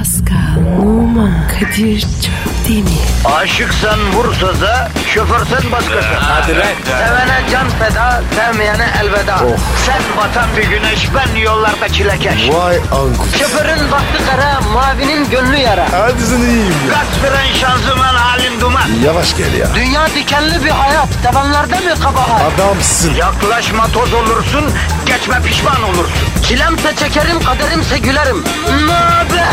Pascal, Oman, Kadir çok değil mi? Aşıksan vursa da, şoförsen başkasın. Hadi lan. Sevene can feda, sevmeyene elveda. Sen batan bir güneş, ben yollarda çilekeş. Vay anku. Şoförün baktı kara, mavinin gönlü yara. Hadi sen iyiyim ya. Kasperen şanzıman halin duman. Yavaş gel ya. Dünya dikenli bir hayat, sevenlerde mi kabahar? Adamsın. Yaklaşma toz olursun, geçme pişman olursun. Çilemse çekerim, kaderimse gülerim. Möber!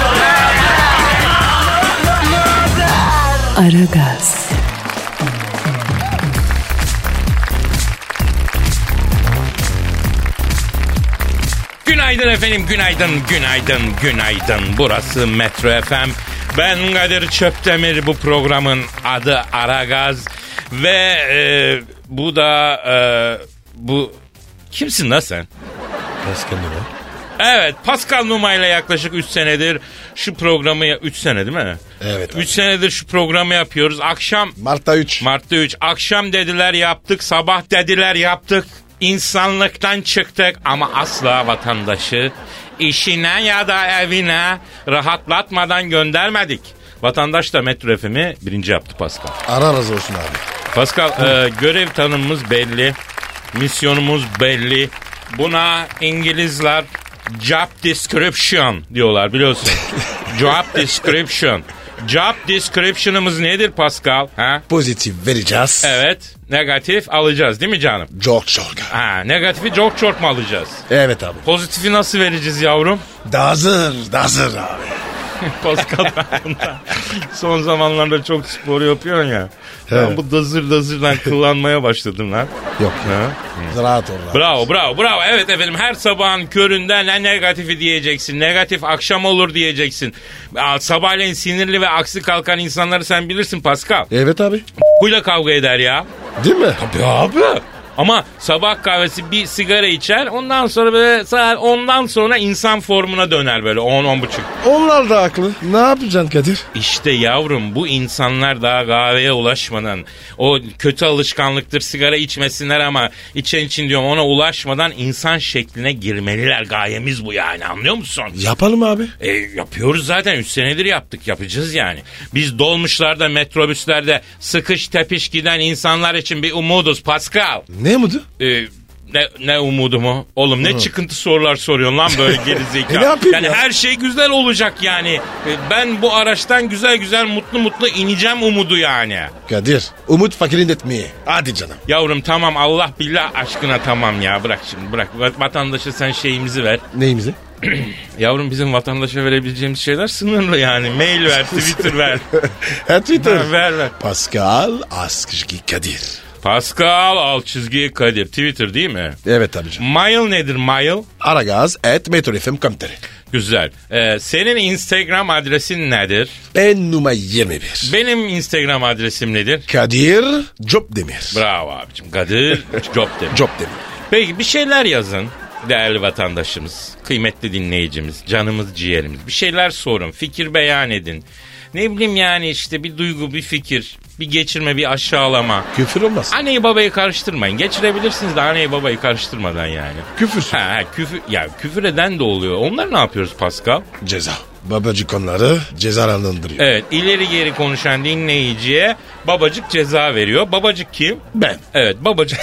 Aragaz. Günaydın efendim, günaydın. Burası Metro FM. Ben Kadir Çöptemir, bu programın adı Aragaz. Ve bu da bu... Kimsin lan sen? Pascal Numa. Evet, Pascal Numa ile yaklaşık 3 senedir şu programı... 3 sene değil mi? Evet. 3 senedir şu programı yapıyoruz. Akşam... Mart'ta 3. Mart'ta 3. Akşam dediler yaptık, sabah dediler yaptık. İnsanlıktan çıktık ama asla vatandaşı işine ya da evine rahatlatmadan göndermedik. Vatandaş da Metro FM'i birinci yaptı Pascal. Ara razı olsun abi. Pascal, görev tanımımız belli. Misyonumuz belli. Buna İngilizler job description diyorlar, biliyorsun. Job description. Job description'ımız nedir Pascal? Ha? Pozitif vereceğiz. Evet. Negatif alacağız değil mi canım? Çok. Ha, negatifi çok mu alacağız? Evet abi. Pozitifi nasıl vereceğiz yavrum? Da hazır abi. Pascal, son zamanlarda çok spor yapıyorsun ya. Ben bu dazırdan kullanmaya başladım lan. Yok ya. Rahat ol. Bravo. Evet efendim, her sabahın köründe ne negatifi diyeceksin. Negatif akşam olur diyeceksin. Sabahleyin sinirli ve aksi kalkan insanları sen bilirsin Pascal. Evet abi. Kuyla kavga eder ya. Değil mi? Tabii abi. Ama sabah kahvesi bir sigara içer, ondan sonra böyle ondan sonra insan formuna döner böyle 10-10.30. Onlar da haklı. Ne yapacaksın Kadir? İşte yavrum, bu insanlar daha kahveye ulaşmadan, o kötü alışkanlıktır sigara içmesinler ama içen için diyorum ona ulaşmadan insan şekline girmeliler. Gayemiz bu yani, anlıyor musun? Yapalım abi. Yapıyoruz zaten, 3 senedir yapacağız yani. Biz dolmuşlarda, metrobüslerde sıkış tepiş giden insanlar için bir umuduz Pascal. Ne umudu? Ne umudu mu? Oğlum ne çıkıntı sorular soruyorsun lan böyle gerizekalı. Ne yapayım yani ya? Her şey güzel olacak yani. Ben bu araçtan güzel mutlu ineceğim umudu yani. Kadir, umut fakirin etmeyi. Hadi canım. Yavrum tamam, Allah billah aşkına tamam ya, bırak şimdi bırak. Vatandaşa sen şeyimizi ver. Neyimizi? Yavrum bizim vatandaşa verebileceğimiz şeyler sınırlı yani. Mail ver, Twitter ver. Twitter. Ver. Pascal Askışki Kadir. Pascal _ Kadir. Twitter değil mi? Evet abicim. Mail nedir mail? Aragaz@metrofm.com.tr. Güzel. Senin Instagram adresin nedir? Ben numara 21. Benim Instagram adresim nedir? Kadir Çöptemir. Bravo abicim. Kadir Çöptemir. Çöptemir. Peki bir şeyler yazın değerli vatandaşımız, kıymetli dinleyicimiz, canımız ciğerimiz. Bir şeyler sorun, fikir beyan edin. Ne bileyim yani işte bir duygu, bir fikir, bir geçirme, bir aşağılama. Küfür olmaz. Anneyi babayı karıştırmayın. Geçirebilirsiniz de anneyi babayı karıştırmadan yani. Küfür. Küfür eden de oluyor. Onlar ne yapıyoruz Pascal? Ceza. Babacık onları cezalandırıyor. Evet, ileri geri konuşan dinleyiciye babacık ceza veriyor. Babacık kim? Ben. Evet, babacık.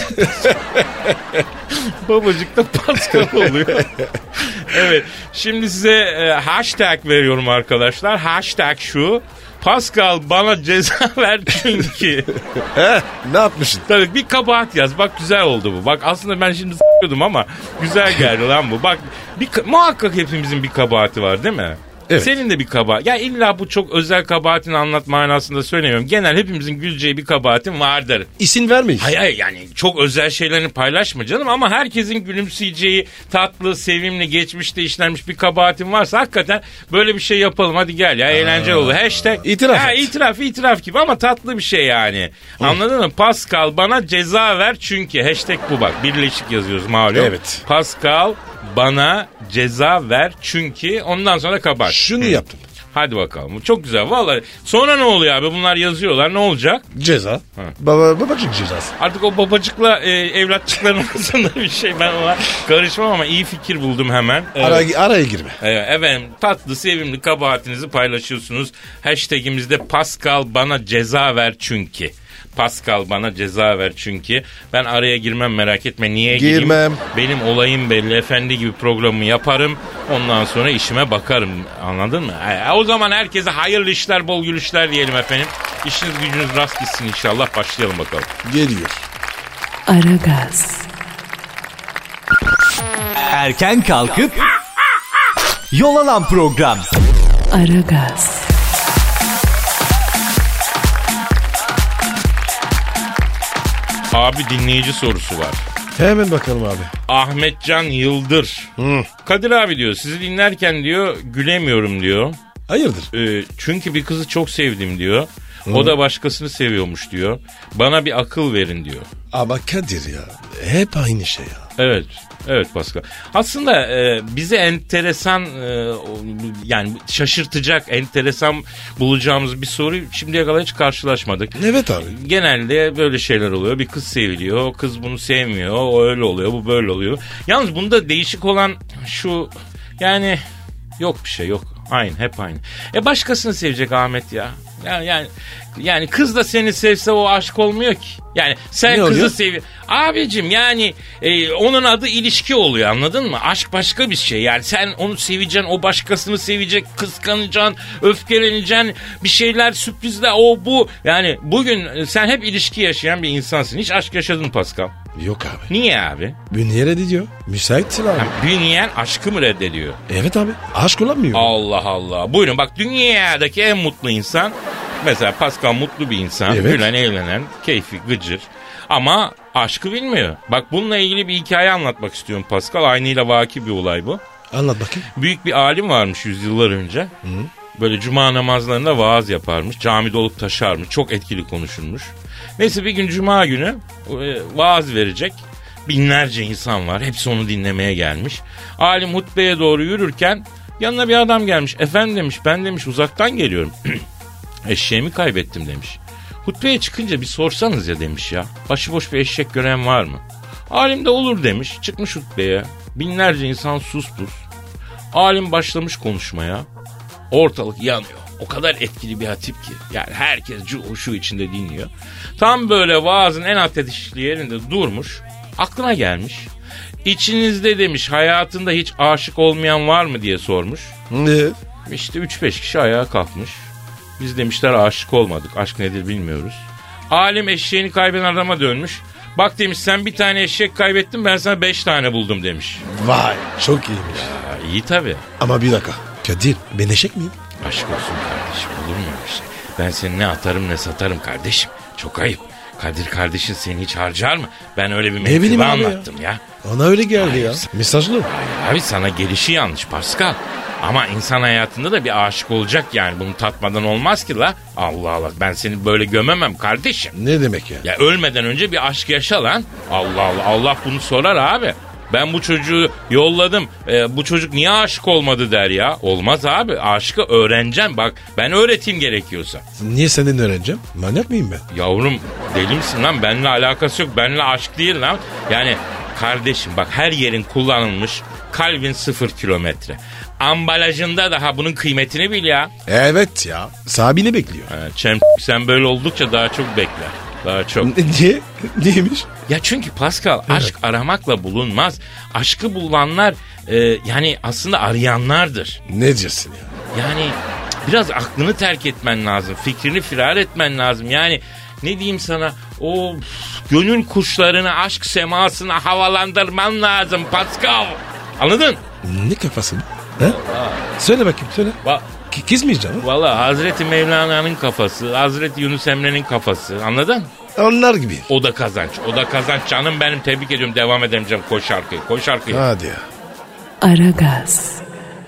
Babacık da Pascal oluyor. Evet, şimdi size hashtag veriyorum arkadaşlar. Hashtag şu: Pascal bana ceza ver çünkü. Ne yapmışsın? Tabii bir kabahat yaz. Bak güzel oldu bu. Bak aslında ben şimdi s**yordum ama güzel geldi lan bu. Bak muhakkak hepimizin bir kabahati var değil mi? Evet. Senin de bir kabahat. Ya illa bu çok özel kabahatini anlat manasında söylemiyorum. Genel hepimizin güleceği bir kabahatin vardır. İsim vermeyiz. Hayır yani çok özel şeylerini paylaşma canım ama herkesin gülümseyeceği tatlı, sevimli, geçmişte işlenmiş bir kabahatin varsa hakikaten böyle bir şey yapalım. Hadi gel ya, eğlenceli olur. Hashtag itiraf gibi ama tatlı bir şey yani. Anladın mı? Pascal bana ceza ver çünkü. Hashtag bu bak. Birleşik yazıyoruz malum. Evet. Pascal bana ceza ver çünkü, ondan sonra kabahat. Şunu yaptım. Hadi bakalım. Çok güzel vallahi. Sonra ne oluyor abi? Bunlar yazıyorlar. Ne olacak? Ceza. Babacık cezası. Artık o babacıkla evlatçıkların arasında bir şey. Ben ona karışmam ama iyi fikir buldum hemen. Araya girme. Efendim tatlı sevimli kabahatinizi paylaşıyorsunuz. Hashtagimizde Pascal bana ceza ver çünkü. Pascal bana ceza ver çünkü. Ben araya girmem, merak etme. Niye gireyim? Girmem. Benim olayım belli. Efendi gibi programımı yaparım. Ondan sonra işime bakarım. Anladın mı? O zaman herkese hayırlı işler, bol gülüşler diyelim efendim. İşiniz gücünüz rast gitsin inşallah. Başlayalım bakalım. Geliyor. Aragaz. Erken kalkıp yol alan program. Aragaz. Abi dinleyici sorusu var. Hemen bakalım abi. Ahmetcan Yıldır. Kadir abi diyor, sizi dinlerken diyor gülemiyorum diyor. Hayırdır? Çünkü bir kızı çok sevdim diyor. O da başkasını seviyormuş diyor. Bana bir akıl verin diyor. Ama Kadir ya hep aynı şey ya. Evet. Evet Pascal. Aslında bize enteresan yani şaşırtacak, enteresan bulacağımız bir soru şimdiye kadar hiç karşılaşmadık. Evet abi. Genelde böyle şeyler oluyor. Bir kız seviliyor, o kız bunu sevmiyor, o öyle oluyor, bu böyle oluyor. Yalnız bunda değişik olan şu, yani yok bir şey yok. Aynı, hep aynı. Başkasını sevecek Ahmet ya. Yani kız da seni sevse o aşk olmuyor ki. Yani sen ne kızı seviyorsun. Abicim yani onun adı ilişki oluyor, anladın mı? Aşk başka bir şey. Yani sen onu seveceksin, o başkasını sevecek, kıskanacaksın, öfkeleneceksin, bir şeyler, sürprizler, o bu. Yani bugün sen hep ilişki yaşayan bir insansın. Hiç aşk yaşadın mı Pascal? Yok abi. Niye abi? Bünye reddediyor. Müsaitsin abi. Bünyen aşkı mı reddediyor? Evet abi. Aşk olamıyor. Allah Allah. Buyurun bak, dünyadaki en mutlu insan mesela Pascal, mutlu bir insan. Evet. Gülen, eğlenen, keyfi, gıcır. Ama aşkı bilmiyor. Bak bununla ilgili bir hikaye anlatmak istiyorum Pascal. Aynıyla vaki bir olay bu. Anlat bakayım. Büyük bir alim varmış yüzyıllar önce. Böyle cuma namazlarında vaaz yaparmış. Cami dolup taşarmış. Çok etkili konuşurmuş. Neyse bir gün cuma günü vaaz verecek. Binlerce insan var. Hepsi onu dinlemeye gelmiş. Alim hutbeye doğru yürürken yanına bir adam gelmiş. Efendim demiş, ben demiş uzaktan geliyorum. Eşeğimi kaybettim demiş. Hutbeye çıkınca bir sorsanız ya demiş ya. Başıboş bir eşek gören var mı? Alim de olur demiş. Çıkmış hutbeye. Binlerce insan sus pus. Alim başlamış konuşmaya. Ortalık yanıyor. O kadar etkili bir hatip ki. Yani herkes coşu içinde dinliyor. Tam böyle vaazın en ateşli yerinde durmuş. Aklına gelmiş. İçinizde demiş hayatında hiç aşık olmayan var mı diye sormuş. Ne? İşte 3-5 kişi ayağa kalkmış. Biz demişler aşık olmadık. Aşk nedir bilmiyoruz. Alim eşeğini kaybeden adama dönmüş. Bak demiş, sen bir tane eşek kaybettin, ben sana 5 tane buldum demiş. Vay çok iyiymiş. Ya, iyi tabii. Ama bir dakika. Kadir ben eşek miyim? Aşk olsun kardeşim, olur mu öyle şey? Ben seni ne atarım ne satarım kardeşim. Çok ayıp. Kadir kardeşin seni hiç harcar mı? Ben öyle bir mektubu anlattım ya. Ona öyle geldi Hayır. ya. Mesajlı. Hayır abi, sana gelişi yanlış Pascal. Ama insan hayatında da bir aşık olacak yani. Bunu tatmadan olmaz ki la. Allah Allah, ben seni böyle gömemem kardeşim. Ne demek ya? Ya ölmeden önce bir aşk yaşa lan. Allah Allah, Allah bunu sorar abi. Ben bu çocuğu yolladım. Bu çocuk niye aşık olmadı der ya. Olmaz abi. Aşkı öğreneceğim. Bak ben öğreteyim gerekiyorsa. Niye senden öğreneceğim? Manyak mıyım ben? Yavrum deli misin lan? Benimle alakası yok. Benimle aşk değil lan. Yani kardeşim bak, her yerin kullanılmış. Kalbin 0 kilometre. Ambalajında daha bunun kıymetini bil ya. Evet ya. Sabine bekliyor. Sen böyle oldukça daha çok bekler. Daha çok. Niye? Neymiş? Ya çünkü Pascal, aşk aramakla bulunmaz. Aşkı bulanlar yani aslında arayanlardır. Ne diyorsun ya? Yani biraz aklını terk etmen lazım. Fikrini firar etmen lazım. Yani ne diyeyim sana, o gönül kuşlarını aşk semasına havalandırman lazım Pascal. Anladın? Ne kafası bu? He? Söyle bakayım söyle. Kızmayacağım. Valla Hazreti Mevlana'nın kafası, Hazreti Yunus Emre'nin kafası, anladın? Onlar gibi. O da kazanç. O da kazanç canım benim, tebrik ediyorum. Devam edelim canım, koş şarkıyı. Koş şarkıyı. Hadi ya. Aragaz.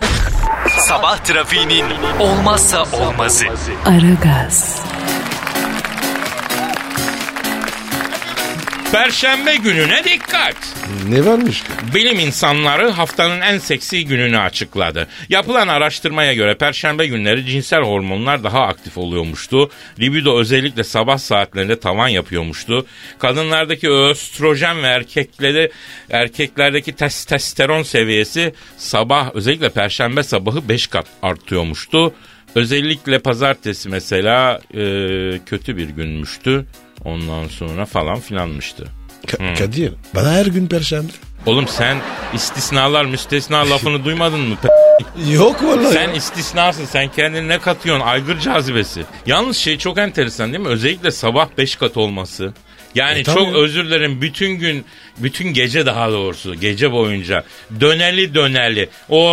Sabah trafiğinin olmazsa olmazı. Aragaz. Perşembe gününe dikkat. Ne varmış? Bilim insanları haftanın en seksi gününü açıkladı. Yapılan araştırmaya göre perşembe günleri cinsel hormonlar daha aktif oluyormuştu. Libido özellikle sabah saatlerinde tavan yapıyormuştu. Kadınlardaki östrojen ve erkeklerdeki testosteron seviyesi özellikle perşembe sabahı 5 kat artıyormuştu. Özellikle pazartesi mesela kötü bir günmüştü. Ondan sonra falan filanmıştı. Kadir bana her gün perşembe. Oğlum sen istisnalar müstesna lafını duymadın mı? Yok vallahi. Sen istisnasın. Sen kendine ne katıyorsun? Aygır cazibesi. Yalnız şey çok enteresan değil mi? Özellikle sabah 5 kat olması. Yani çok özür dilerim, bütün gece daha doğrusu gece boyunca döneli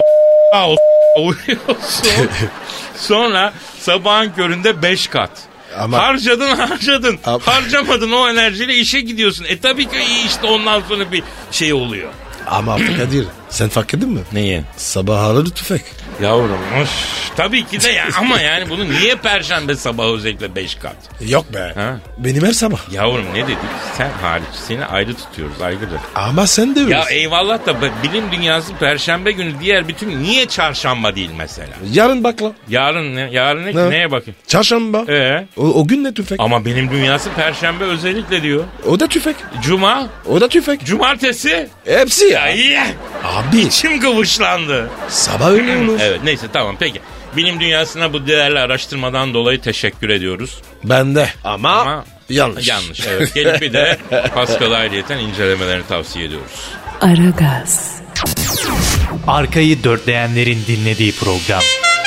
uyuyorsun. Sonra sabahın köründe 5 kat. Ama harcadın. Harcamadın o enerjiyle işe gidiyorsun. Tabii ki iyi işte ondan sonra bir şey oluyor. Ama Kadir sen fark ettin mi? Neyi? Sabahları tüfek. Yavrum tabii ki de ya ama yani bunu niye perşembe sabahı özellikle 5 kat? Yok be. Ha? Benim her sabah. Yavrum ne dedik? Sen hariç seni ayrı tutuyoruz ayrıdır. Ama sen de öylesin. Ya eyvallah da bilim dünyası perşembe günü diğer bütün niye çarşamba değil mesela? Yarın bak lan. Yarın ne? Yarın ne? Neye bakayım? Çarşamba. O gün ne tüfek? Ama benim dünyası perşembe özellikle diyor. O da tüfek. Cuma. O da tüfek. Cumartesi. Hepsi ya. İyi. Abi. İçim kıvışlandı. Sabah öyle olur. Evet neyse tamam peki. Bilim dünyasına bu değerli araştırmadan dolayı teşekkür ediyoruz. Ben de. Ama yanlış. Yanlış evet. Gelip bir de Pascal'a ayrıyeten incelemelerini tavsiye ediyoruz. Aragaz. Arkayı dörtleyenlerin dinlediği program.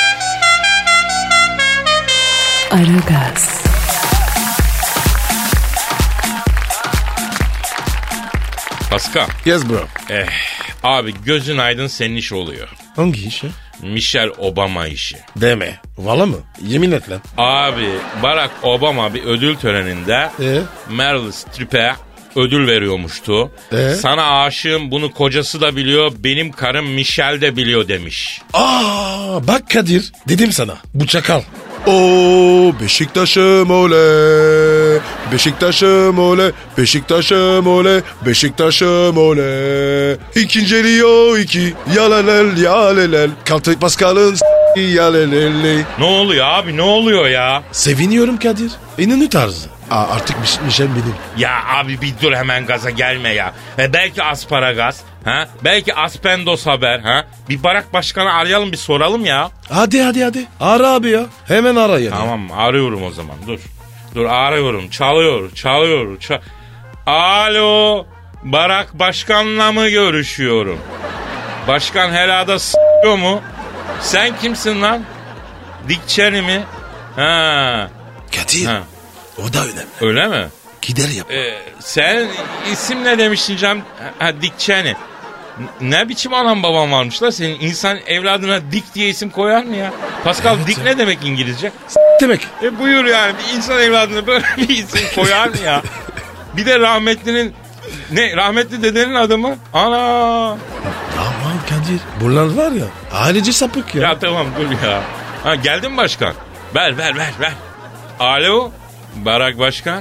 Aragaz. Pascal. Yes bro. Abi gözün aydın senin iş oluyor. Hangi iş ya? Michelle Obama işi. Deme. Valla mı? Yemin et lan. Abi Barack Obama bir ödül töreninde Meryl Streep'e ödül veriyormuştu. Sana aşığım, bunu kocası da biliyor, benim karım Michelle de biliyor demiş. Bak Kadir, dedim sana, bu çakal. Oo Beşiktaş'ım oley, Beşiktaş'ım oley, Beşiktaş'ım oley, Beşiktaş'ım oley. İkinci eliyor iki, yalelel yalelel, Kaltı Pascal'ın yaleleley. Ne oluyor abi, ne oluyor ya? Seviniyorum Kadir, inanı tarzı. Artık Michelle benim. Ya abi bir dur, hemen gaza gelme ya. Belki asparagas, ha? Belki aspendos haber, ha? Bir Barak Başkan'ı arayalım, bir soralım ya. Hadi. Ara abi ya. Hemen ara yani. Tamam, arıyorum o zaman. Dur arıyorum. Çalıyor. Alo. Barak Başkan'la mı görüşüyorum? Başkan helada s***yor mu? Sen kimsin lan? Dick Cheney mi? Ha. Kadir. Ha. O da önemli. Öyle mi? Gider yap. Sen isim ne demiştin canım? Dick Cheney. Ne biçim anam babam varmış la senin? İnsan evladına Dick diye isim koyar mı ya? Pascal, evet, Dick ne demek İngilizce? Demek. Buyur yani, bir insan evladına böyle bir isim koyar mı ya? Bir de rahmetli dedenin adı mı? Ana. Aman Kadir. Bunlar var ya, ailece sapık ya. Ya tamam dur ya. Ha, geldin mi başkan? Ver. Alo. Barak Başkan.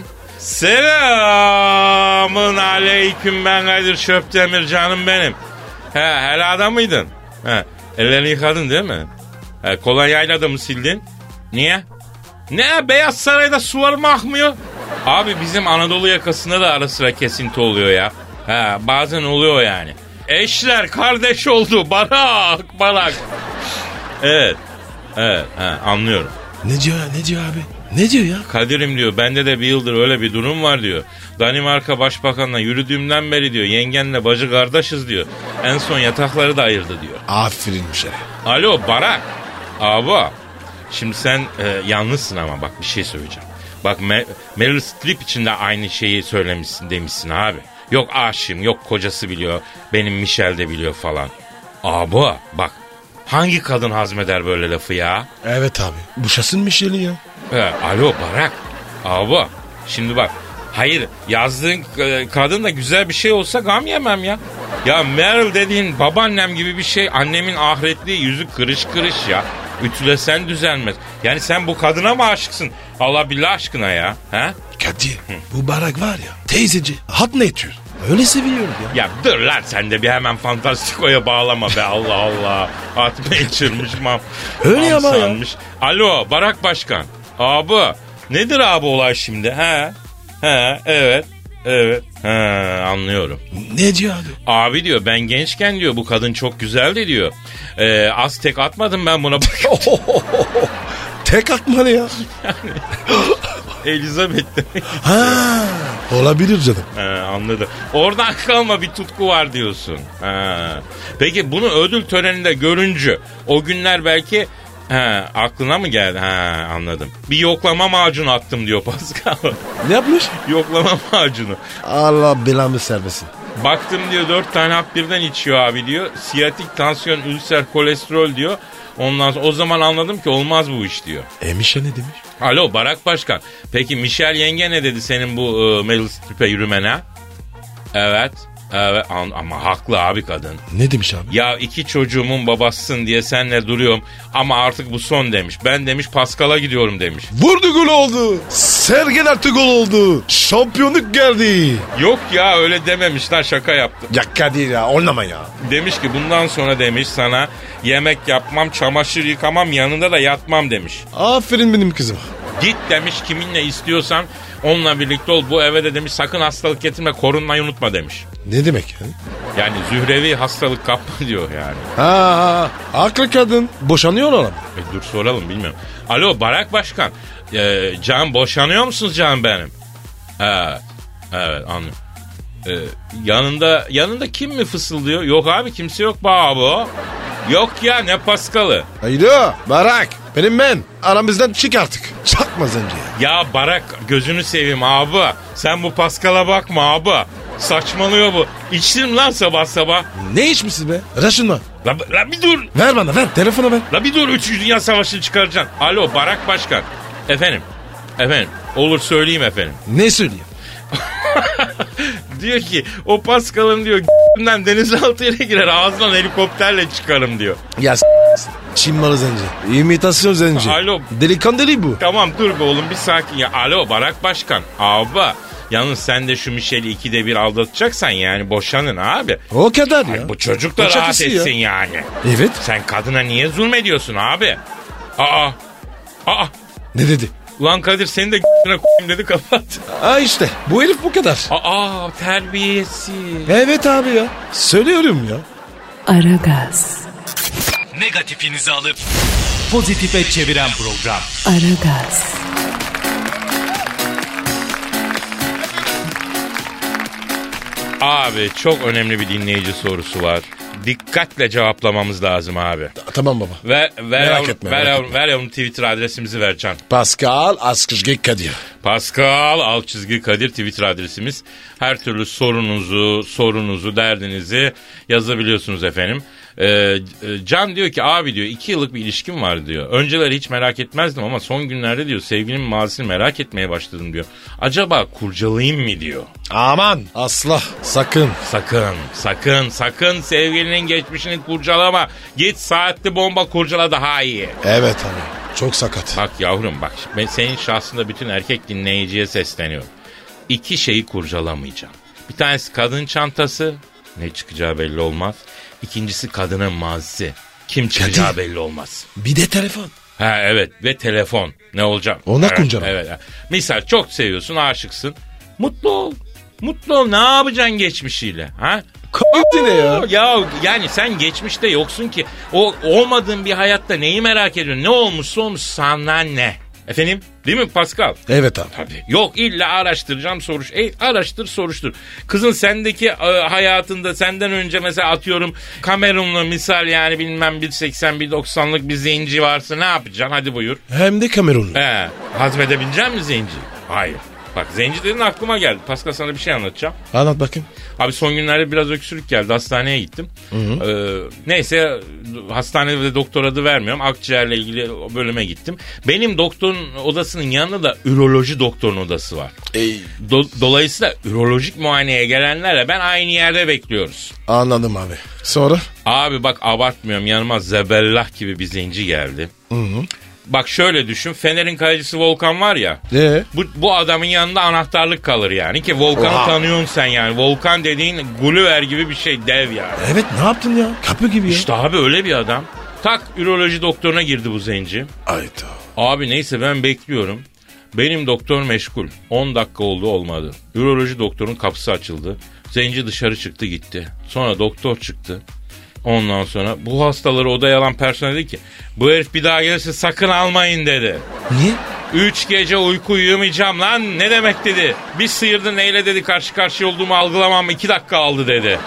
Selamın aleyküm, ben Kadir Şöpdemir, canım benim. Helada mıydın? Ellerini yıkadın değil mi? Kolonyayla da mı sildin? Niye? Ne, Beyaz Saray'da sular mı akmıyor? Abi bizim Anadolu yakasında da ara sıra kesinti oluyor ya. Bazen oluyor yani. Eşler kardeş oldu, Barak. Evet, anlıyorum. Ne diyor abi? Ne diyor ya? Kadir'im diyor, bende de bir yıldır öyle bir durum var diyor. Danimarka Başbakan'la yürüdüğümden beri diyor, yengenle bacı kardeşiz diyor. En son yatakları da ayırdı diyor. Aferin Michelle. Alo Barak. Abi. Şimdi sen yalnızsın ama bak bir şey söyleyeceğim. Bak Meryl Streep için de aynı şeyi söylemişsin, demişsin abi. Yok aşığım, yok kocası biliyor, benim Michelle de biliyor falan. Abi bak. Hangi kadın hazmeder böyle lafı ya? Evet abi. Boşasın Michelle'i ya. Alo Barak. Abi şimdi bak. Hayır, yazdığın kadın da güzel bir şey olsa gam yemem ya. Ya Meryl dediğin babaannem gibi bir şey. Annemin ahiretli yüzü kırış ya. Ütülesen düzelmez. Yani sen bu kadına mı aşıksın? Allah billah aşkına ya. Ha? Kadir bu Barak var ya teyzeci hat ne etiyor? Öyle seviyorum ya. Ya dur lan sen de bir hemen Fantastiko'ya bağlama be Allah Allah. Atma içirmiş mam. Öyle ama ya. Sanmış. Alo Barak Başkan. Abi nedir abi olay şimdi? Ha evet. Evet. Anlıyorum. Ne diyor abi? Abi diyor ben gençken diyor bu kadın çok güzeldi diyor. Az tek atmadım ben buna. Tek atmalı ya. Elizabeth demek. Ha, olabilir canım. Anladım. Oradan kalma bir tutku var diyorsun. Peki bunu ödül töreninde görünce o günler belki aklına mı geldi? Anladım. Bir yoklama macunu attım diyor Pascal. Ne yapmış? Yoklama macunu. Allah belamı sermesin. Baktım diyor 4 tane hap birden içiyor abi diyor. Siyatik, tansiyon, ülser, kolesterol diyor. Ondan sonra o zaman anladım ki olmaz bu iş diyor. Mişe ne demiş? Alo Barak Başkan. Peki Michelle yenge ne dedi senin bu Meryl Streep'e yürümene? Evet ama haklı abi kadın. Ne demiş abi? Ya 2 çocuğumun babasısın diye seninle duruyorum ama artık bu son demiş. Ben demiş Pascal'a gidiyorum demiş. Vurdu gol oldu. Sergen artı gol oldu. Şampiyonluk geldi. Yok ya öyle dememişler şaka yaptım. Ya Kadir ya oynama ya. Demiş ki bundan sonra demiş sana yemek yapmam, çamaşır yıkamam, yanında da yatmam demiş. Aferin benim kızım. Git demiş kiminle istiyorsan onunla birlikte ol. Bu eve de demiş sakın hastalık getirme, korunmayı unutma demiş. Ne demek yani? Yani zührevi hastalık kapma diyor yani. Haklı kadın. Boşanıyorlar mı? Dur soralım bilmiyorum. Alo Barak Başkan. Can boşanıyor musunuz Can benim? Evet anlıyorum. Yanında kim mi fısıldıyor? Yok abi kimse yok baba. Yok ya ne Pascal'ı. Haydi Barak. Benim ben. Aramızdan çık artık. Çakma zenci. Ya Barak gözünü seveyim abi. Sen bu Pascal'a bakma abi. Saçmalıyor bu. İçtin lan sabah. Ne içmişsin be? Raşınma. La bir dur. Ver bana ver. Telefonu ver. La bir dur 3. Dünya Savaşı'nı çıkaracaksın. Alo Barak Başkan. Efendim. Olur söyleyeyim efendim. Ne söyleyeyim? Diyor ki o Pascal'ın diyor denizaltıyla girer ağzından helikopterle çıkarım diyor. Ya Çin malı zenci. İmitasyon zenci. Alo. Delikanlı değil bu. Tamam dur be oğlum bir sakin ya. Alo Barak Başkan. Abi yalnız sen de şu Michelle'i 2'de 1 aldatacaksan yani boşanın abi. O kadar ya. Bu çocuk da rahat etsin yani. Evet. Sen kadına niye zulmediyorsun abi? Aa. Ne dedi? Ulan Kadir seni de koyayım dedi kapat. İşte bu herif bu kadar. Terbiyesiz. Evet abi ya. Söylüyorum ya. Aragaz. Negatifinizi alıp pozitife çeviren program. Aragaz. Abi çok önemli bir dinleyici sorusu var. Dikkatle cevaplamamız lazım abi. Tamam baba. Ver yavrum Twitter adresimizi ver Can. Pascal _ Kadir. Pascal _ Kadir Twitter adresimiz. Her türlü sorunuzu, derdinizi yazabiliyorsunuz efendim. Can diyor ki abi diyor 2 yıllık bir ilişkim var diyor. Önceleri hiç merak etmezdim ama son günlerde diyor sevgilimin mazisini merak etmeye başladım diyor. Acaba kurcalayayım mı diyor. Aman asla sakın. Sakın sevgilinin geçmişini kurcalama. Git saatli bomba kurcala daha iyi. Evet abi çok sakat. Bak yavrum bak ben senin şahsında bütün erkek dinleyiciye sesleniyorum. 2 şeyi kurcalamayacağım. Bir tanesi kadın çantası. Ne çıkacağı belli olmaz. İkincisi kadının mazisi. Kim çıkacağı belli olmaz. Bir de telefon. Evet ve telefon. Ne olacak? Ona kuncala. Evet. Misal çok seviyorsun, aşıksın. Mutlu ol. Ne yapacaksın geçmişiyle? Ha? Ne ya? Ya yani sen geçmişte yoksun ki. O olmadığın bir hayatta neyi merak ediyorsun? Ne olmuşsa olmuş sana ne? Efendim? Değil mi Pascal? Evet abi. Tabii. Yok illa araştıracağım araştır soruştur. Kızın sendeki hayatında senden önce mesela atıyorum Kamerunlu misal yani bilmem 1.80 1.90'lık bir zenci varsa ne yapacaksın? Hadi buyur. Hem de Kamerunlu. Hazmedebilecek misin zenci? Hayır. Bak zenci dedin aklıma geldi. Pascal sana bir şey anlatacağım. Anlat bakayım. Abi son günlerde biraz öksürük geldi. Hastaneye gittim. Neyse hastanede doktor adı vermiyorum. Akciğerle ilgili bölüme gittim. Benim doktorun odasının yanında da üroloji doktorun odası var. Dolayısıyla ürolojik muayeneye gelenlerle ben aynı yerde bekliyoruz. Anladım abi. Sonra? Abi bak abartmıyorum, yanıma zebellah gibi bir zenci geldi. Bak şöyle düşün, Fener'in kalecisi Volkan var ya. Bu adamın yanında anahtarlık kalır yani ki Volkan'ı tanıyorsun sen yani. Volkan dediğin Gulliver gibi bir şey, dev yani. Evet, ne yaptın ya? Kapı gibi ya. İşte abi öyle bir adam. Tak üroloji doktoruna girdi bu zenci. Hayda. Abi neyse ben bekliyorum. Benim doktor meşgul. 10 dakika oldu, olmadı. Üroloji doktorun kapısı açıldı. Zenci dışarı çıktı gitti. Sonra doktor çıktı. Ondan sonra bu hastaları odaya alan personel dedi ki bu herif bir daha gelirse sakın almayın dedi. Niye? 3 gece uyku uyuyamayacağım lan, ne demek dedi. Bir sıyırdı neyle dedi, karşı karşıya olduğumu algılamam 2 dakika aldı dedi.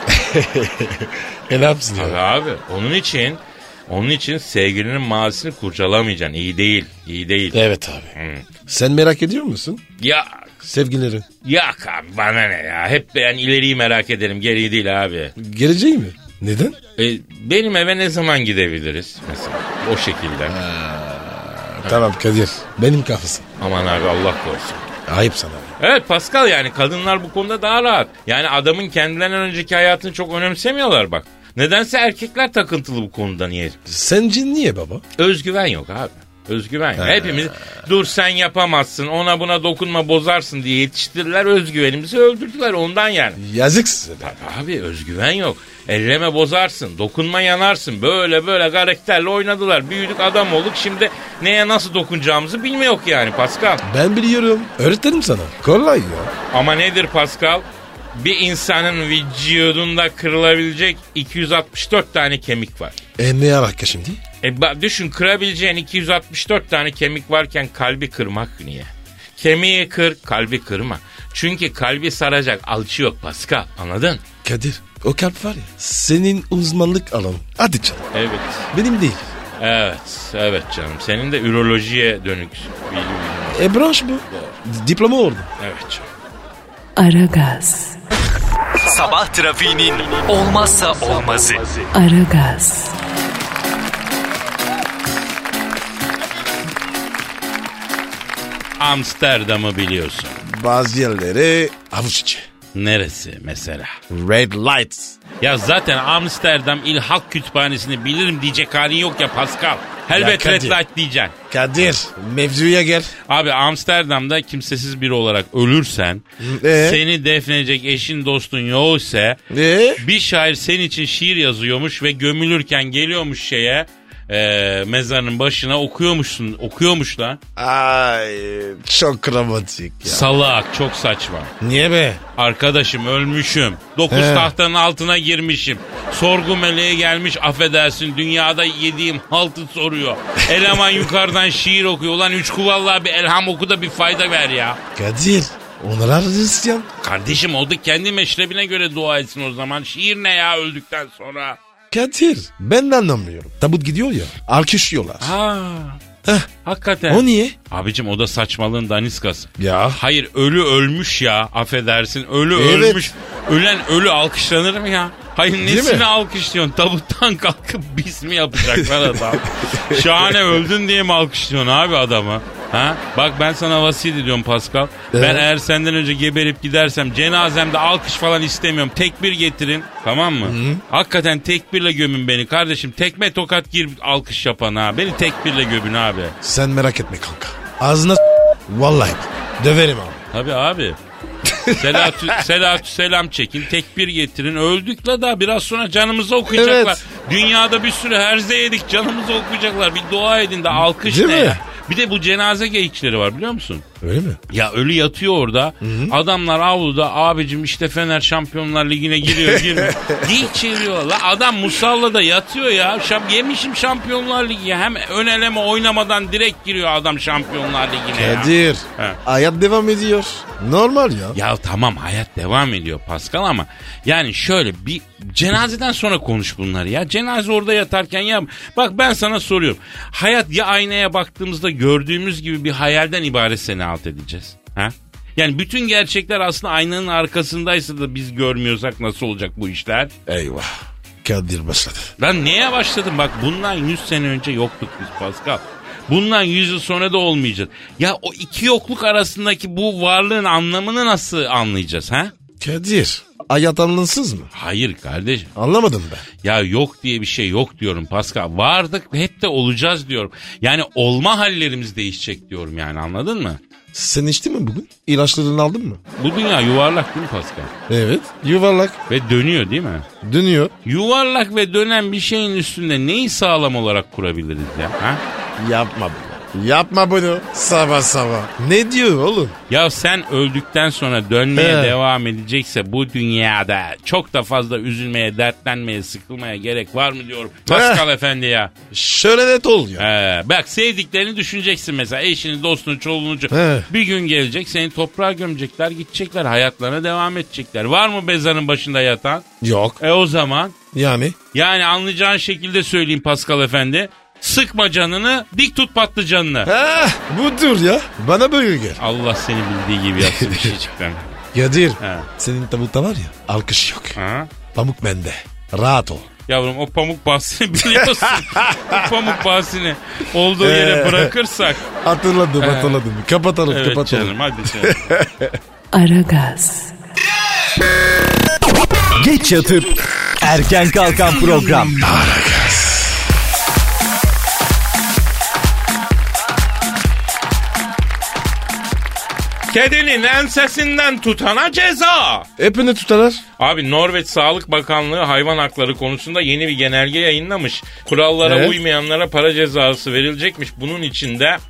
Ne yapsın ya? Abi onun için sevgilinin mazisini kurcalamayacaksın. İyi değil. Evet abi. Sen merak ediyor musun? Ya Sevgilileri. yok abi, bana ne ya. Hep ben ileriyi merak ederim, geriyi değil abi. Geleceği mi? Neden? Benim eve ne zaman gidebiliriz mesela, o şekilde. Tamam Kadir. Benim kafası. Aman abi Allah korusun. Ayıp sana. Evet Pascal, yani kadınlar bu konuda daha rahat. Yani adamın kendilerinden önceki hayatını çok önemsemiyorlar bak. Nedense erkekler takıntılı bu konuda, niye? Sence niye baba? Özgüven yok abi. Özgüven yok. Hepimiz dur sen yapamazsın, ona buna dokunma bozarsın diye yetiştirdiler, özgüvenimizi öldürdüler ondan yani. Yazık size. Abi özgüven yok. Elleme bozarsın, dokunma yanarsın. Böyle karakterle oynadılar. Büyüdük, adam olduk. Şimdi neye nasıl dokunacağımızı bilmiyor yani Pascal. Ben biliyorum. Öğretirim sana. Kolay ya. Ama nedir Pascal? Bir insanın vücudunda kırılabilecek 264 tane kemik var. Ne alaka şimdi? Düşün, kırabileceğin 264 tane kemik varken kalbi kırmak niye? Kemiği kır, kalbi kırma. Çünkü kalbi saracak alçı yok Pascal, anladın? Kadir, o kalp var ya, senin uzmanlık alanın. Hadi canım. Evet. Benim değil. Evet canım. Senin de ürolojiye dönük bilgi. Branş bu. Diploma orada. Evet canım. Aragaz. Sabah trafiğinin olmazsa olmazı. Aragaz. Amsterdam'ı biliyorsun. Bazı yerleri avuç içi. Neresi mesela? Red lights. Ya zaten Amsterdam İl Halk Kütüphanesi'ni bilirim diyecek halin yok ya Pascal. Elbet red light diyeceksin. Kadir, mevzuya gel. Abi Amsterdam'da kimsesiz biri olarak ölürsen, seni defnedecek eşin dostun yoksa, bir şair senin için şiir yazıyormuş ve gömülürken geliyormuş şeye, mezarın başına okuyormuş lan. Ay, çok romantik ya. Salak, çok saçma. Niye be? Arkadaşım ölmüşüm. 9 tahtanın altına girmişim. Sorgu meleği gelmiş, affedersin dünyada yediğim haltı soruyor. Eleman yukarıdan şiir okuyor. Ulan üç kuvallaha bir elham oku da bir fayda ver ya. Kadir, onlar Hristiyan. Kardeşim o da kendi meşrebine göre dua etsin o zaman. Şiir ne ya öldükten sonra? Kadir, ben de anlamıyorum. Tabut gidiyor ya, alkışlıyorlar. Hakikaten. O niye? Abicim o da saçmalığın daniskası. Ya. Hayır, ölü ölmüş ya, affedersin, ölmüş. Ölen ölü alkışlanır mı ya? Hayır, nesini alkışlıyorsun? Tabuttan kalkıp bis mi yapacaklar adam? Şahane öldün diye mi alkışlıyorsun abi adamı? Ha? Bak ben sana vasiyet ediyorum Pascal. Ben eğer senden önce geberip gidersem cenazemde alkış falan istemiyorum. Tekbir getirin, tamam mı? Hakikaten tekbirle gömün beni kardeşim. Tekme tokat gir alkış yapan ha. Beni tekbirle gömün abi. Sen merak etme kanka. Ağzına vallahi döverim abi. Tabii abi. Selatü selam çekin, tekbir getirin. Öldük la da biraz sonra canımızı okuyacaklar. Evet. Dünyada bir sürü herze yedik, canımızı okuyacaklar. Bir dua edin de alkış değil ne mi? Ya? Bir de bu cenaze geyikçileri var biliyor musun? Öyle mi? Ya ölü yatıyor orada. Hı-hı. Adamlar avluda, abicim işte Fener Şampiyonlar Ligi'ne giriyor. Geyik çeviriyor la. Adam musallada yatıyor ya. Yemişim Şampiyonlar Ligi ya. Hem ön eleme oynamadan direkt giriyor adam Şampiyonlar Ligi'ne ya. Kadir, hayat devam ediyor. Normal ya. Ya tamam, hayat devam ediyor Pascal ama yani şöyle bir cenazeden sonra konuş bunları ya. Cenaze orada yatarken ya. Bak ben sana soruyorum. Hayat ya aynaya baktığımızda gördüğümüz gibi bir hayalden ibaretse ne halt edeceğiz? Ha? Yani bütün gerçekler aslında aynanın arkasındaysa da biz görmüyorsak nasıl olacak bu işler? Eyvah. Kadir başladı. Lan neye başladım? Bak bundan 100 sene önce yoktuk biz Pascal. Bundan 100 yıl sonra da olmayacağız. Ya o iki yokluk arasındaki bu varlığın anlamını nasıl anlayacağız ha? Kadir, hayat anlamsız mı? Hayır kardeşim. Anlamadım ben. Ya yok diye bir şey yok diyorum Pascal. Vardık hep de olacağız diyorum. Yani olma hallerimiz değişecek diyorum yani, anladın mı? Sen içtin mi bugün? İlaçlarını aldın mı? Bu dünya yuvarlak değil mi Pascal? Evet. Yuvarlak. Ve dönüyor değil mi? Dönüyor. Yuvarlak ve dönen bir şeyin üstünde neyi sağlam olarak kurabiliriz ya? Ha? Yapma bunu. Yapma bunu. Sabah sabah. Ne diyor oğlum? Ya sen öldükten sonra dönmeye devam edecekse bu dünyada çok da fazla üzülmeye, dertlenmeye, sıkılmaya gerek var mı diyorum. Pascal Efendi ya. Şöyle net ol ya. Bak sevdiklerini düşüneceksin mesela. Eşini, dostunu, çoluğunu. Bir gün gelecek seni toprağa gömecekler, gidecekler. Hayatlarına devam edecekler. Var mı mezarın başında yatan? Yok. O zaman? Yani anlayacağın şekilde söyleyeyim Pascal Efendi. Sıkma canını, dik tut patlıcanını. Budur ya. Bana böyle gel. Allah seni bildiği gibi yapsın bir şey çıktı. Kadir, senin tavukta var ya, alkış yok. Pamuk bende. Rahat ol. Yavrum o pamuk bahsini biliyorsun. O pamuk bahsini olduğu yere bırakırsak. Hatırladım. Kapatalım. Evet canım, hadi canım. Aragaz. Geç yatıp erken kalkan program. Aragaz. Kedinin ensesinden tutana ceza. Hepini tutarlar. Abi Norveç Sağlık Bakanlığı hayvan hakları konusunda yeni bir genelge yayınlamış. Kurallara uymayanlara para cezası verilecekmiş. Bunun için de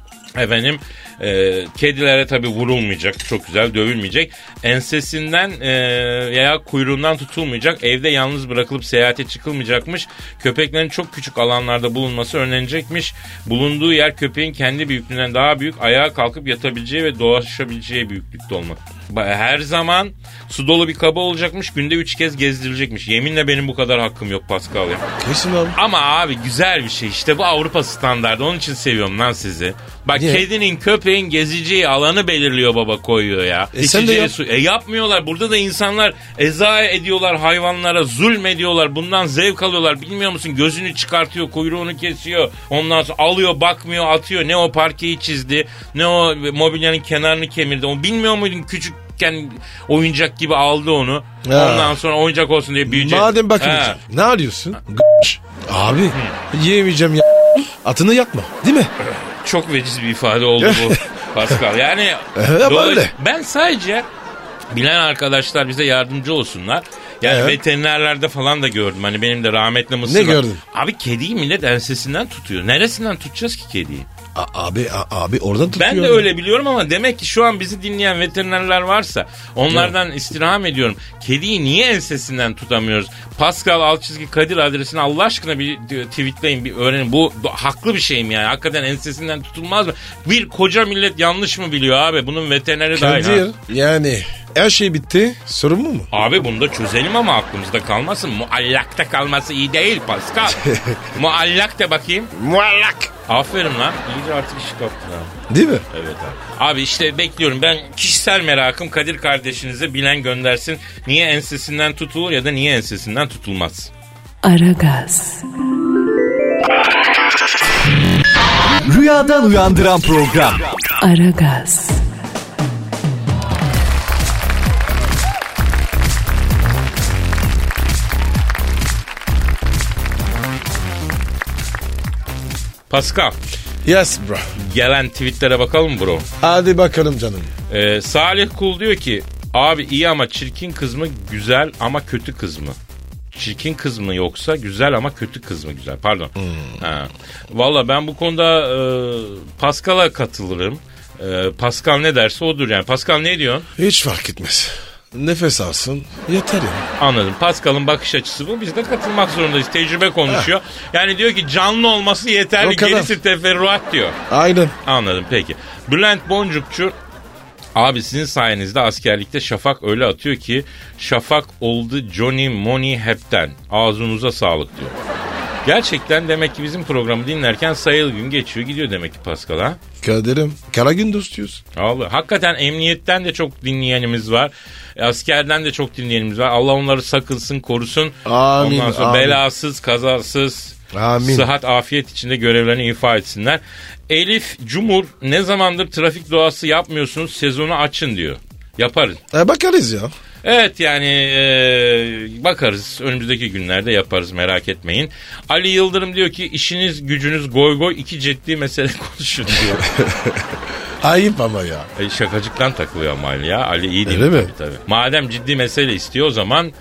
kedilere tabii vurulmayacak, çok güzel, dövülmeyecek. Ensesinden veya kuyruğundan tutulmayacak. Evde yalnız bırakılıp seyahate çıkılmayacakmış. Köpeklerin çok küçük alanlarda bulunması önlenecekmiş. Bulunduğu yer köpeğin kendi büyüklüğünden daha büyük, ayağa kalkıp yatabileceği ve dolaşabileceği büyüklükte olmak. Her zaman su dolu bir kaba olacakmış. Günde 3 kez gezdirilecekmiş. Yeminle benim bu kadar hakkım yok Pascal ya. Kesin abi. Ama abi güzel bir şey. İşte bu Avrupa standardı. Onun için seviyorum lan sizi. Bak kedinin, köpeğin gezeceği alanı belirliyor baba, koyuyor ya. Sen de yap. Su. Yapmıyorlar. Burada da insanlar eza ediyorlar hayvanlara. Zulmediyorlar. Bundan zevk alıyorlar. Bilmiyor musun? Gözünü çıkartıyor. Kuyruğunu kesiyor. Ondan sonra alıyor, bakmıyor, atıyor. Ne o parkeyi çizdi. Ne o mobilyanın kenarını kemirdi. Onu bilmiyor muydun? Küçükken oyuncak gibi aldı onu. Ondan sonra oyuncak olsun diye büyüyecek. Madem bakmayacak. Ne arıyorsun? Abi yiyemeyeceğim ya. Atını yakma. Değil mi? Çok veciz bir ifade oldu bu Pascal. Yani ben sadece bilen arkadaşlar bize yardımcı olsunlar. Yani veterinerlerde falan da gördüm. Hani benim de rahmetli Mısır. Ne gördün? Abi kediyi millet ensesinden tutuyor. Neresinden tutacağız ki kediyi? Abi oradan tutuyor. Ben de öyle biliyorum ama demek ki şu an bizi dinleyen veterinerler varsa onlardan istirham ediyorum. Kediyi niye ensesinden tutamıyoruz? Pascal _Kadir adresine Allah aşkına bir tweetleyin, bir öğrenin. Bu haklı bir şey mi yani? Hakikaten ensesinden tutulmaz mı? Bir koca millet yanlış mı biliyor abi? Bunun veterineri dahil. Kadir yani her şey bitti. Sorun mu? Abi bunu da çözelim ama aklımızda kalmasın. Muallakta kalması iyi değil Pascal. Muallak de bakayım. Muallak. Aferin lan. İyice artık işi kaptın ha. Değil mi? Evet abi. Abi işte bekliyorum. Ben kişisel merakım, Kadir kardeşinize bilen göndersin. Niye ensesinden tutulur ya da niye ensesinden tutulmaz? Aragaz. Rüyadan uyandıran program. Aragaz. Pascal. Yes bro. Gelen tweetlere bakalım bro. Hadi bakalım canım. Salih Kul diyor ki abi iyi ama çirkin kız mı, güzel ama kötü kız mı? Çirkin kız mı yoksa güzel ama kötü kız mı güzel? Pardon. Valla ben bu konuda Pascal'a katılırım. Pascal ne derse odur yani. Pascal ne diyorsun? Hiç fark etmez. Nefes alsın yeter ya. Anladım. Pascal'ın bakış açısı bu. Biz de katılmak zorundayız. Tecrübe konuşuyor. Yani diyor ki canlı olması yeterli. Gerisi teferruat diyor. Aynen. Anladım peki. Bülent Boncukçu abi sizin sayenizde askerlikte şafak öyle atıyor ki şafak oldu Johnny Money hepten. Ağzınıza sağlık diyor. Gerçekten demek ki bizim programı dinlerken sayılı gün geçiyor gidiyor demek ki Pascal ha. Kadir'im kara gün dostuyuz. Allah, hakikaten emniyetten de çok dinleyenimiz var. Askerden de çok dinleyenimiz var. Allah onları sakınsın, korusun. Amin. Ondan sonra belasız, kazasız, sıhhat, afiyet içinde görevlerini ifa etsinler. Elif Cumhur ne zamandır trafik doğası yapmıyorsunuz, sezonu açın diyor. Yaparız. Bakarız ya. Evet yani bakarız önümüzdeki günlerde yaparız merak etmeyin. Ali Yıldırım diyor ki işiniz gücünüz goy goy 2 ciddi mesele konuşun diyor. Ayıp ama ya. Şakacıktan takılıyor ama Ali ya. Ali iyi değil mi? Tabii. Madem ciddi mesele istiyor o zaman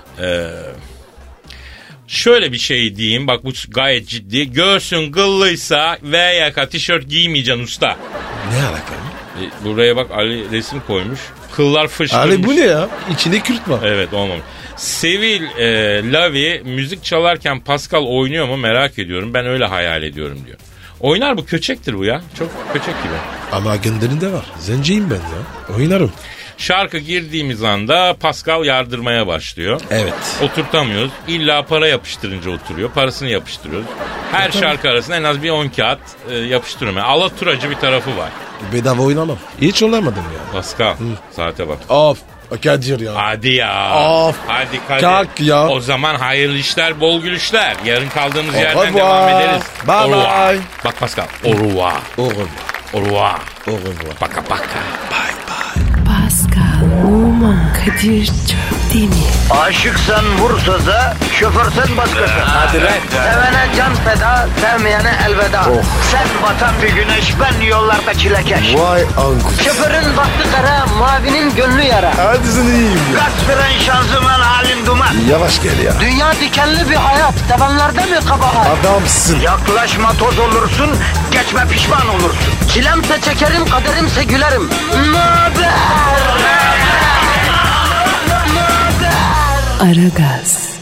şöyle bir şey diyeyim. Bak bu gayet ciddi. Göğsün kıllıysa V yaka tişört giymeyeceksin usta. Ne alaka? Buraya bak Ali resim koymuş. Kıllar fışkırmış. Ali bu ne ya? İçinde Kürt var. Evet olmamış. Sevil Lavi müzik çalarken Pascal oynuyor mu merak ediyorum. Ben öyle hayal ediyorum diyor. Oynar bu köçektir bu ya. Çok köçek gibi. Ama gönderinde var. Zenciyim ben ya. Oynarım. Şarkı girdiğimiz anda Pascal yardırmaya başlıyor. Evet. Oturtamıyoruz. İlla para yapıştırınca oturuyor. Parasını yapıştırıyoruz. Her şarkı arasında en az bir 10 kağıt yapıştırıyorum. Yani alaturacı bir tarafı var. Bedava oynamam. Hiç oynamadım ya. Pascal saate bak. Of. Kadir ya. Hadi ya. Of. Hadi Kadir. Kalk ya. O zaman hayırlı işler, bol gülüşler. Yarın kaldığımız Au yerden revoir. devam ederiz. Bye Au revoir. bye. Bak Pascal. Au revoir. Au revoir. Au revoir. Au revoir. Baka baka. Bye bye. Pascal, Oman, Kadir çok değil mi? Aşıksan vursa da, şoförsen başkasın. Hadi lan. Sevene can feda, sevmeyene elveda. Sen batan bir güneş, ben yollarda çilekeş. Vay anku. Şoförün baktı kara, mavinin gönlü yara. Hadi sen iyiyim ya. Kasperen şanzıman halin duman. Yavaş gel ya. Dünya dikenli bir hayat, sevenlerde mi kabahar? Adamsın. Yaklaşma toz olursun, geçme pişman olursun. Çilemse çekerim, kaderimse gülerim. Möber! Aragaz.